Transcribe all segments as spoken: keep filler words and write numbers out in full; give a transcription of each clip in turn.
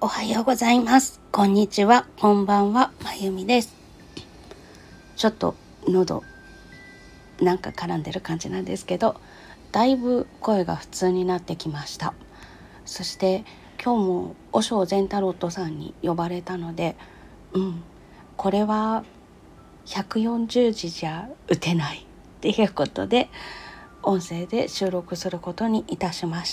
おはようございます。こんにちは。こんばんは。まゆみです。ちょっと喉なんか絡んでる感じなんですけど、だいぶ声が普通になってきました。そして今日も和尚善太郎とさんに呼ばれたので、うん、これはひゃくよんじゅうじじゃ打てないっていうことで音声で収録することにいたしました。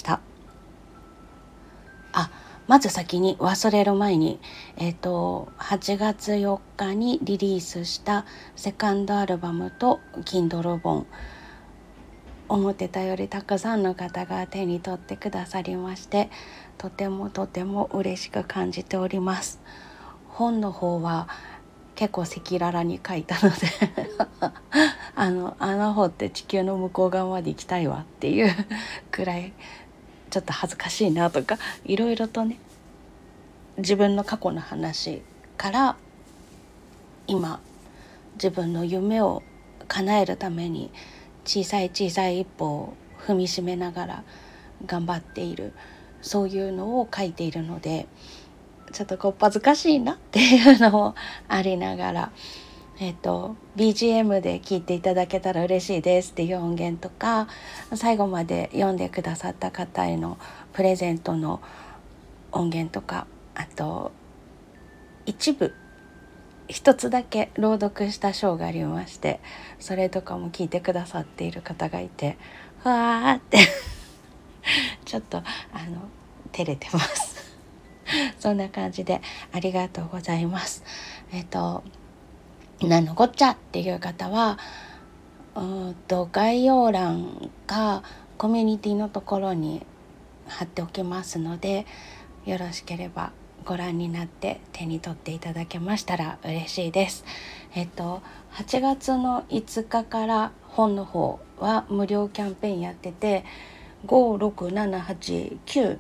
あ、まず先に忘れる前に、えっと、はちがつよっかにリリースしたセカンドアルバムと Kindle 本、思ってたよりたくさんの方が手に取ってくださりまして、とてもとても嬉しく感じております。本の方は結構赤裸々に書いたのであのあの方って地球の向こう側まで行きたいわっていうくらいちょっと恥ずかしいなとか、いろいろとね、自分の過去の話から今自分の夢を叶えるために小さい小さい一歩を踏みしめながら頑張っている、そういうのを書いているので、ちょっとこっぱずかしいなっていうのもありながら、えっと ビージーエム で聴いていただけたら嬉しいですっていう音源とか、最後まで読んでくださった方へのプレゼントの音源とか、あと一部一つだけ朗読した章がありまして、それとかも聞いてくださっている方がいて、わーってちょっとあの照れてますそんな感じでありがとうございます。えっと何のこっちゃっていう方は、うんと概要欄かコミュニティのところに貼っておきますので、よろしければご覧になって手に取っていただけましたら嬉しいです。えっとはちがつのいつかから本の方は無料キャンペーンやってて、ご、ろく、しち、はち、きゅう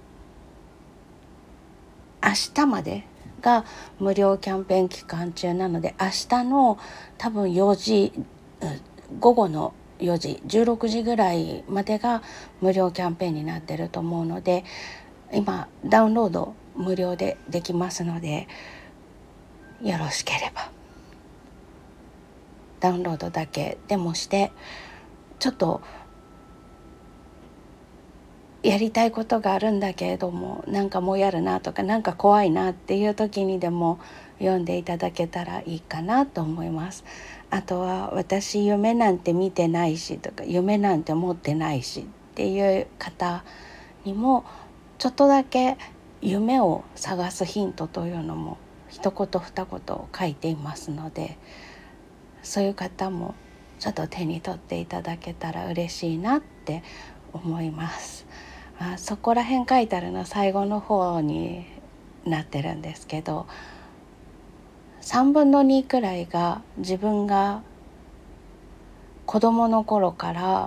明日までが無料キャンペーン期間中なので、明日の多分よじ、午後のよじ、じゅうろくじぐらいまでが無料キャンペーンになってると思うので、今ダウンロード無料でできますので、よろしければダウンロードだけでもして、ちょっとやりたいことがあるんだけれども、なんかもうやるなとか、なんか怖いなっていう時にでも読んでいただけたらいいかなと思います。あとは、私夢なんて見てないしとか、夢なんて持ってないしっていう方にも、ちょっとだけ夢を探すヒントというのも一言二言書いていますので、そういう方もちょっと手に取っていただけたら嬉しいなって思います。まあ、そこら辺書いてあるのは最後の方になってるんですけど、さんぶんのにくらいが自分が子供の頃から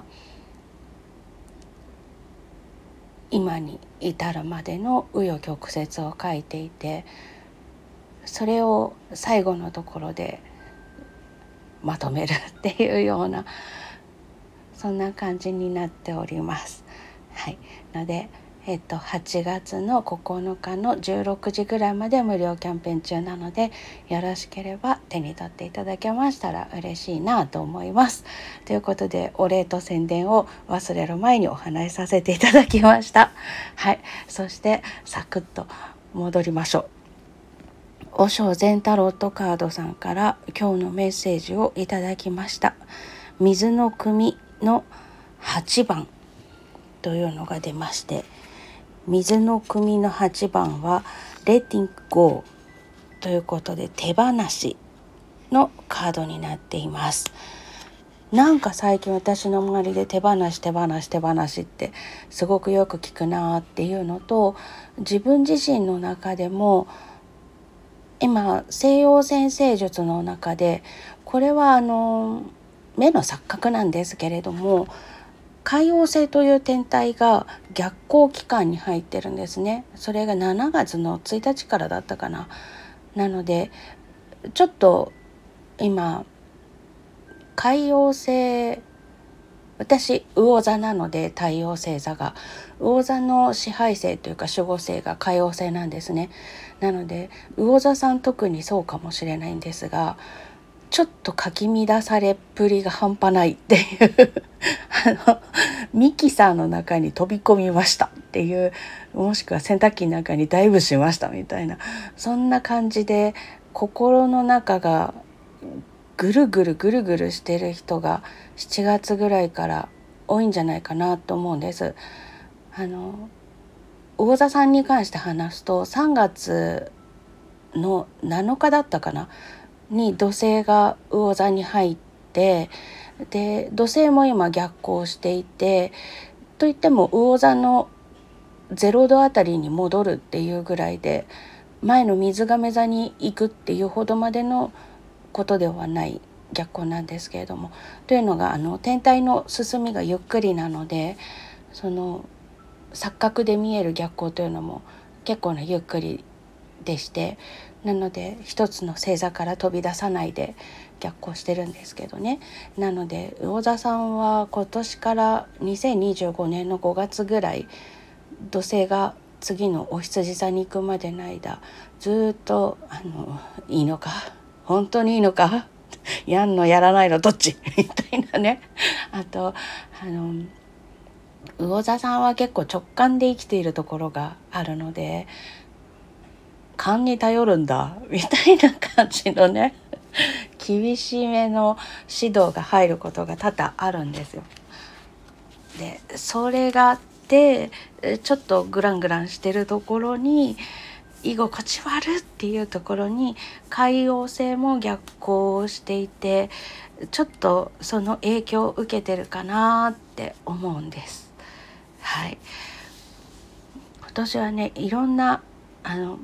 今に至るまでの紆余曲折を書いていて、それを最後のところでまとめるっていうような、そんな感じになっております。はい、ので、えっと、はちがつのここのかのじゅうろくじぐらいまで無料キャンペーン中なので、よろしければ手に取っていただけましたら嬉しいなと思います。ということで、お礼と宣伝を忘れる前にお話しさせていただきました。はい、そしてサクッと戻りましょう。和尚善太郎とカードさんから今日のメッセージをいただきました。水の組のはちばんというのが出まして、水の組のはちばんは Letting Go ということで手放しのカードになっています。なんか最近私の周りで手放し手放し手放しってすごくよく聞くなっていうのと、自分自身の中でも今西洋占星術の中で、これはあの目の錯覚なんですけれども、海王星という天体が逆行期間に入ってるんですね。それがしちがつのついたちからだったかな。なのでちょっと今海王星私魚座なので、太陽星座が魚座の支配星というか守護星が海王星なんですね。なので魚座さん特にそうかもしれないんですが、ちょっとかき乱されっぷりが半端ないっていうあのミキサーの中に飛び込みましたっていう、もしくは洗濯機の中にダイブしましたみたいな、そんな感じで心の中がぐるぐるぐるぐるしてる人がしちがつぐらいから多いんじゃないかなと思うんです。あの魚座さんに関して話すと、さんがつのなのかだったかなに土星が魚座に入って、で土星も今逆行していて、といっても魚座のゼロどあたりに戻るっていうぐらいで、前の水亀座に行くっていうほどまでのことではない逆行なんですけれども、というのがあの天体の進みがゆっくりなので、その錯覚で見える逆行というのも結構なゆっくりでして、なので一つの星座から飛び出さないで逆行してるんですけどね。なので魚座さんは今年からにせんにじゅうごねんのごがつぐらい、土星が次のお羊座に行くまでの間、ずっとあのいいのか本当にいいのかやんのやらないのどっちみたいなね。あとあの魚座さんは結構直感で生きているところがあるので、勘に頼るんだみたいな感じのね厳しめの指導が入ることが多々あるんですよ。でそれがあって、ちょっとグラングランしてるところに、居心地悪っていうところに海王星も逆行していて、ちょっとその影響を受けてるかなって思うんです。はい、今年はね、いろんなあの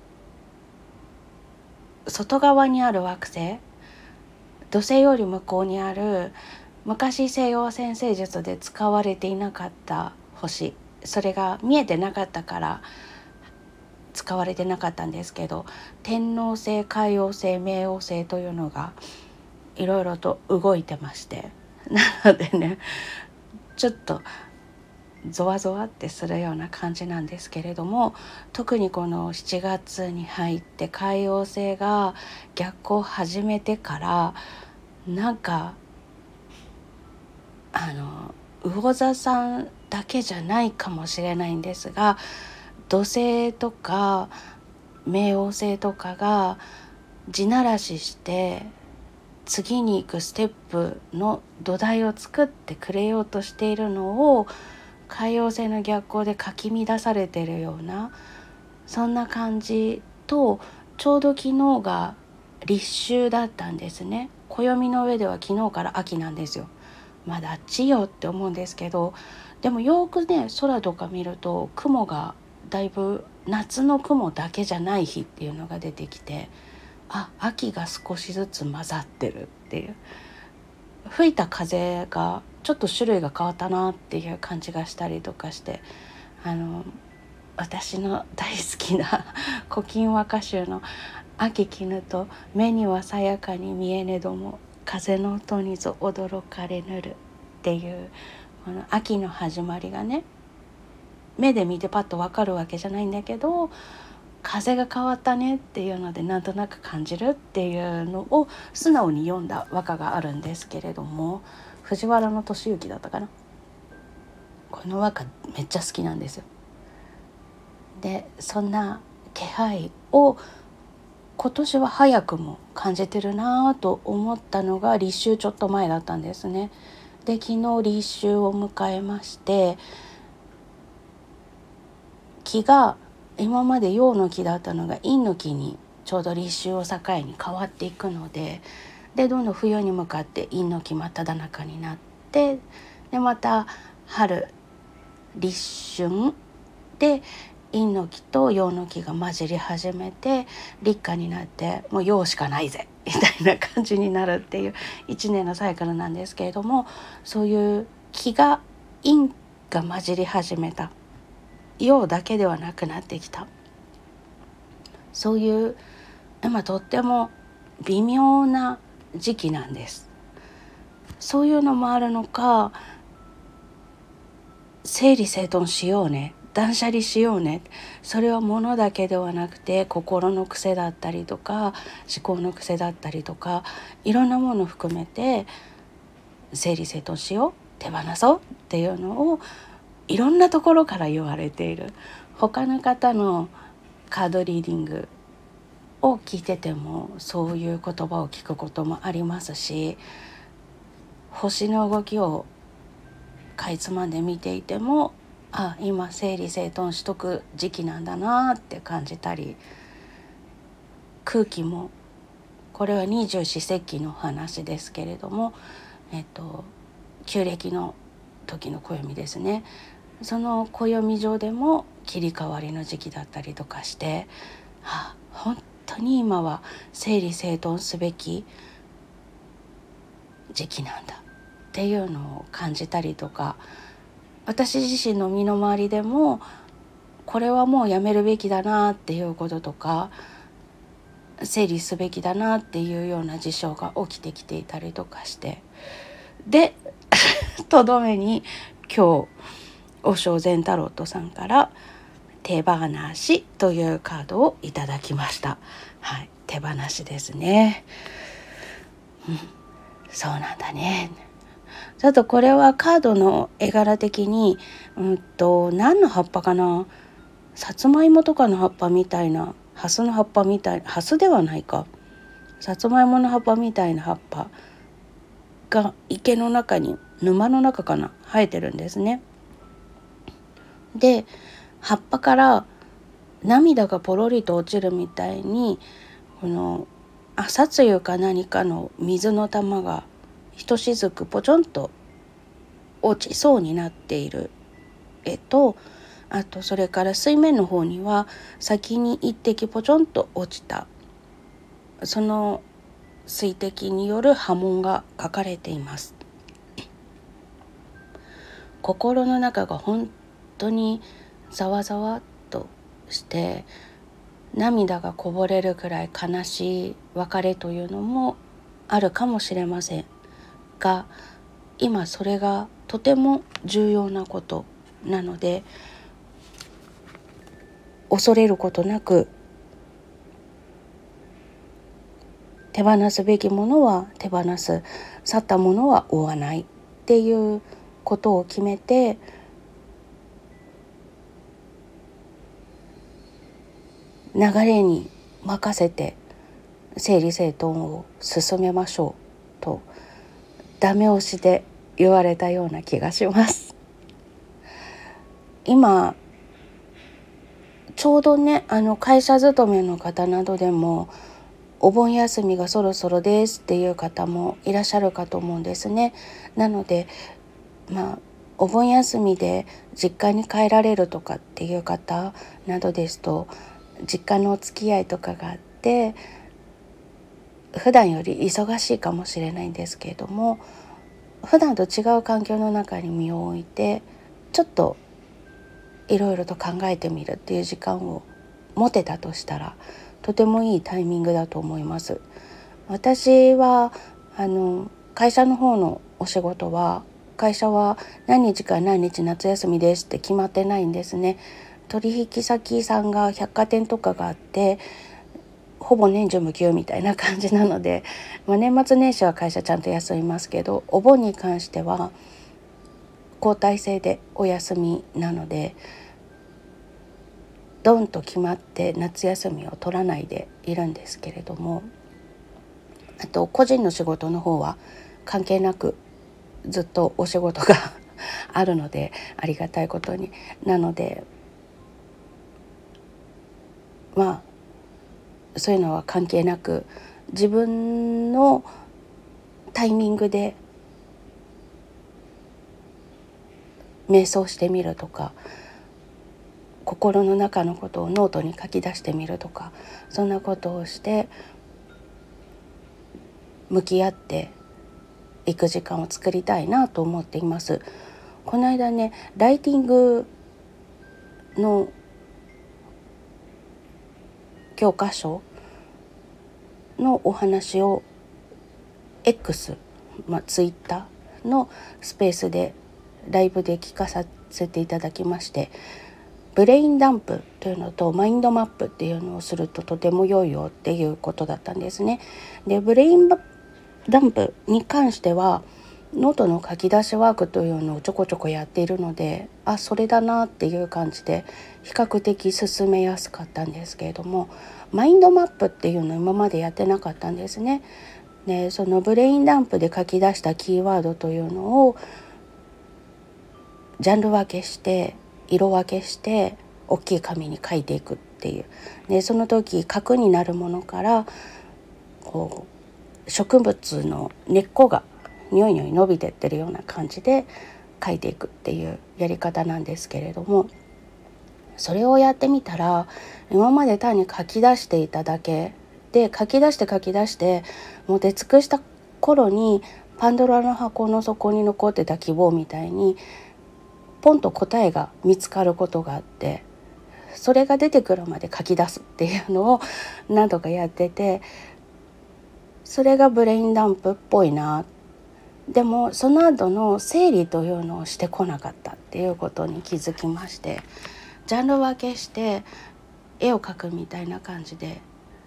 外側にある惑星、土星より向こうにある昔西洋占星術で使われていなかった星、それが見えてなかったから使われてなかったんですけど、天王星、海王星、冥王星というのがいろいろと動いてまして、なのでね、ちょっとゾワゾワってするような感じなんですけれども、特にこのしちがつに入って海王星が逆行を始めてから、なんかあの魚座さんだけじゃないかもしれないんですが、土星とか冥王星とかが地ならしして次に行くステップの土台を作ってくれようとしているのを、海王星の逆行でかき乱されているような、そんな感じと、ちょうど昨日が立秋だったんですね。暦の上では昨日から秋なんですよ。まだあっちよって思うんですけど、でもよくね空とか見ると、雲がだいぶ夏の雲だけじゃない日っていうのが出てきて、あ、秋が少しずつ混ざってるっていう、吹いた風がちょっと種類が変わったなっていう感じがしたりとかして、あの私の大好きな古今和歌集の秋絹と目にはさやかに見えねども風の音にぞ驚かれぬるっていう、この秋の始まりがね、目で見てパッと分かるわけじゃないんだけど、風が変わったねっていうのでなんとなく感じるっていうのを素直に読んだ和歌があるんですけれども、藤原敏行だったかな。この和歌めっちゃ好きなんですよ。でそんな気配を今年は早くも感じてるなと思ったのが立秋ちょっと前だったんですね。で昨日立秋を迎えまして、木が今まで陽の木だったのが陰の木にちょうど立秋を境に変わっていくので、でどんどん冬に向かって陰の木真っ只中になって、でまた春立春で陰の木と陽の木が混じり始めて、立夏になってもう陽しかないぜみたいな感じになるっていう一年のサイクルなんですけれども、そういう木が陰が混じり始めた、陽だけではなくなってきた、そういう今とっても微妙な時期なんです。そういうのもあるのか、 整理整頓しようね、断捨離しようね。それは物だけではなくて心の癖だったりとか思考の癖だったりとか、いろんなものを含めて整理整頓しよう、手放そうっていうのをいろんなところから言われている。他の方のカードリーディングを聞いててもそういう言葉を聞くこともありますし、星の動きをかいつまんで見ていても、あ、今整理整頓しとく時期なんだなって感じたり、空気も、これは二十四節気の話ですけれども、えっと旧暦の時の暦ですね。その暦上でも切り替わりの時期だったりとかして、あ、本当に今は整理整頓すべき時期なんだっていうのを感じたりとか、私自身の身の回りでもこれはもうやめるべきだなっていうこととか、整理すべきだなっていうような事象が起きてきていたりとかして、でとどめに今日和尚禅太郎とさんから手放しというカードをいただきました。はい、手放しですね、うん、そうなんだね。ちょっとこれはカードの絵柄的に、うんと何の葉っぱかな、さつまいもとかの葉っぱみたいな、ハスの葉っぱみたい、ハスではないか、さつまいもの葉っぱみたいな葉っぱが池の中に、沼の中かな、生えてるんですね。で葉っぱから涙がポロリと落ちるみたいに、この朝露か何かの水の玉がひとしずくポチョンと落ちそうになっている絵と、あとそれから水面の方には先に一滴ポチョンと落ちた、その水滴による波紋が書かれています。心の中が本当にざわざわっとして涙がこぼれるくらい悲しい別れというのもあるかもしれませんが、今それがとても重要なことなので、恐れることなく手放すべきものは手放す、去ったものは追わないっていうことを決めて、流れに任せて整理整頓を進めましょうとダメ押しで言われたような気がします。今ちょうどね、あの会社勤めの方などでもお盆休みがそろそろですっていう方もいらっしゃるかと思うんですね。なのでまあお盆休みで実家に帰られるとかっていう方などですと、実家のお付き合いとかがあって普段より忙しいかもしれないんですけれども、普段と違う環境の中に身を置いてちょっといろいろと考えてみるっていう時間を持てたとしたら、とてもいいタイミングだと思います。私はあの会社の方のお仕事は、会社は何日から何日夏休みですって決まってないんですね。取引先さんが百貨店とかがあってほぼ年中無休みたいな感じなので、まあ、年末年始は会社ちゃんと休みますけど、お盆に関しては交代制でお休みなので、ドンと決まって夏休みを取らないでいるんですけれども、あと個人の仕事の方は関係なくずっとお仕事があるので、ありがたいことに、なのでまあそういうのは関係なく自分のタイミングで瞑想してみるとか、心の中のことをノートに書き出してみるとか、そんなことをして向き合っていく時間を作りたいなと思っています。この間ね、ライティングの教科書のお話を X、まあ、Twitter のスペースでライブで聞かさせていただきまして、ブレインダンプというのとマインドマップっていうのをするととても良いよっていうことだったんですね。でブレインダンプに関してはノートの書き出しワークというのをちょこちょこやっているので、あそれだなっていう感じで比較的進めやすかったんですけれども、マインドマップっていうのを今までやってなかったんですね。でそのブレインダンプで書き出したキーワードというのをジャンル分けして色分けして大きい紙に書いていくっていう。でその時核になるものからこう植物の根っこがニョイニョイ伸びてってるような感じで書いていくっていうやり方なんですけれども、それをやってみたら今まで単に書き出していただけで書き出して書き出してもう出尽くした頃にパンドラの箱の底に残ってた希望みたいにポンと答えが見つかることがあって、それが出てくるまで書き出すっていうのを何度かやってて、それがブレインダンプっぽいな。でもその後の整理というのをしてこなかったっていうことに気づきまして、ジャンル分けして絵を描くみたいな感じで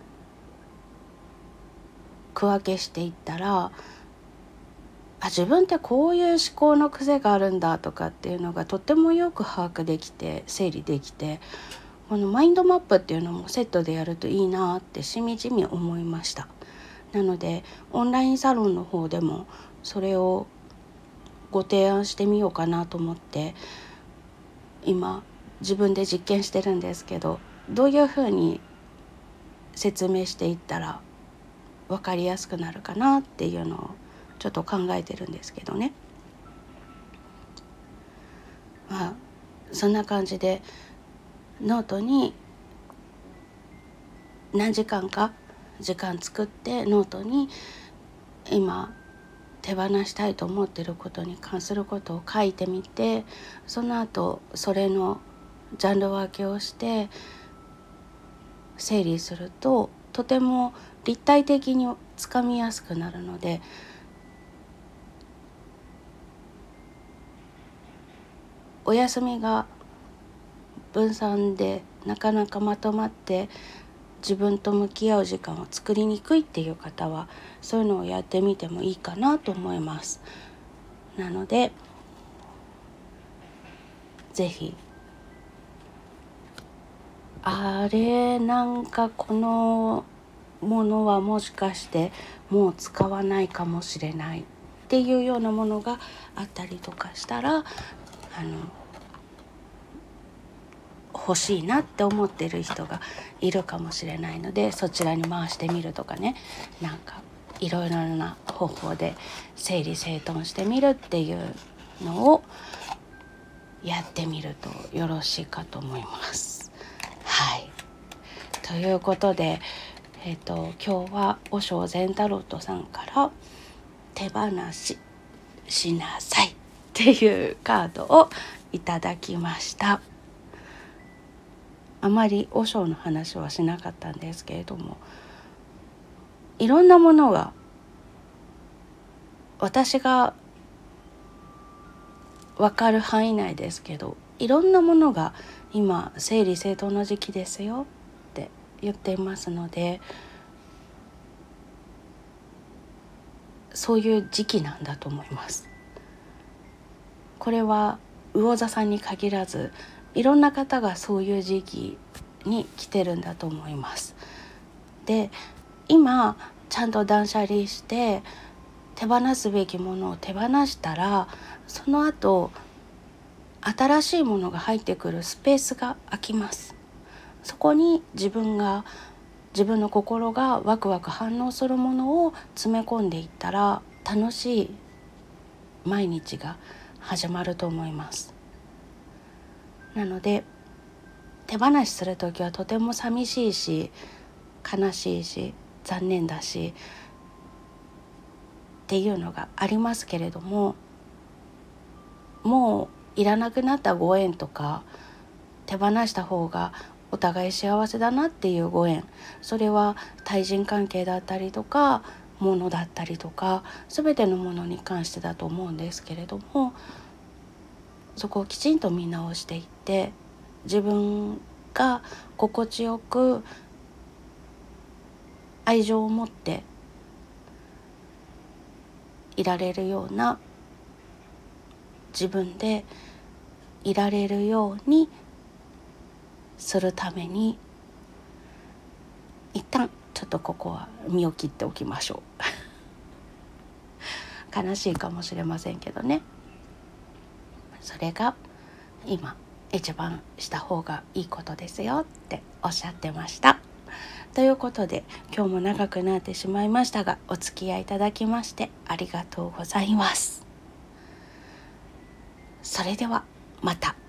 区分けしていったら、あ自分ってこういう思考の癖があるんだとかっていうのがとてもよく把握できて整理できて、このマインドマップっていうのもセットでやるといいなってしみじみ思いました。なのでオンラインサロンの方でもそれをご提案してみようかなと思って今自分で実験してるんですけど、どういうふうに説明していったら分かりやすくなるかなっていうのをちょっと考えてるんですけどね。まあそんな感じでノートに何時間か時間作ってノートに今手放したいと思っていることに関することを書いてみて、その後それのジャンル分けをして整理するととても立体的につかみやすくなるので、お休みが分散でなかなかまとまって自分と向き合う時間を作りにくいっていう方はそういうのをやってみてもいいかなと思います。なのでぜひ、あれなんかこのものはもしかしてもう使わないかもしれないっていうようなものがあったりとかしたら、あの欲しいなって思ってる人がいるかもしれないので、そちらに回してみるとかね、なんかいろいろな方法で整理整頓してみるっていうのをやってみるとよろしいかと思います。はい、ということで、えーと、今日は和尚善太郎さんから手放ししなさいっていうカードをいただきました。あまり和尚の話はしなかったんですけれども、いろんなものが私が分かる範囲内ですけど、いろんなものが今整理整頓の時期ですよって言っていますので、そういう時期なんだと思います。これは魚座さんに限らずいろんな方がそういう時期に来てるんだと思います。で今ちゃんと断捨離して手放すべきものを手放したら、その後新しいものが入ってくるスペースが空きます。そこに自分が自分の心がワクワク反応するものを詰め込んでいったら楽しい毎日が始まると思います。なので手放しする時はとても寂しいし悲しいし残念だしっていうのがありますけれども、もういらなくなったご縁とか手放した方がお互い幸せだなっていうご縁、それは対人関係だったりとか物だったりとか全てのものに関してだと思うんですけれども、 そこをきちんと見直していって、自分が心地よく愛情を持っていられるような自分でいられるようにするために、一旦ちょっとここは身を切っておきましょう悲しいかもしれませんけどね、それが今一番した方がいいことですよっておっしゃってました。ということで、今日も長くなってしまいましたが、お付き合いいただきましてありがとうございます。それではまた。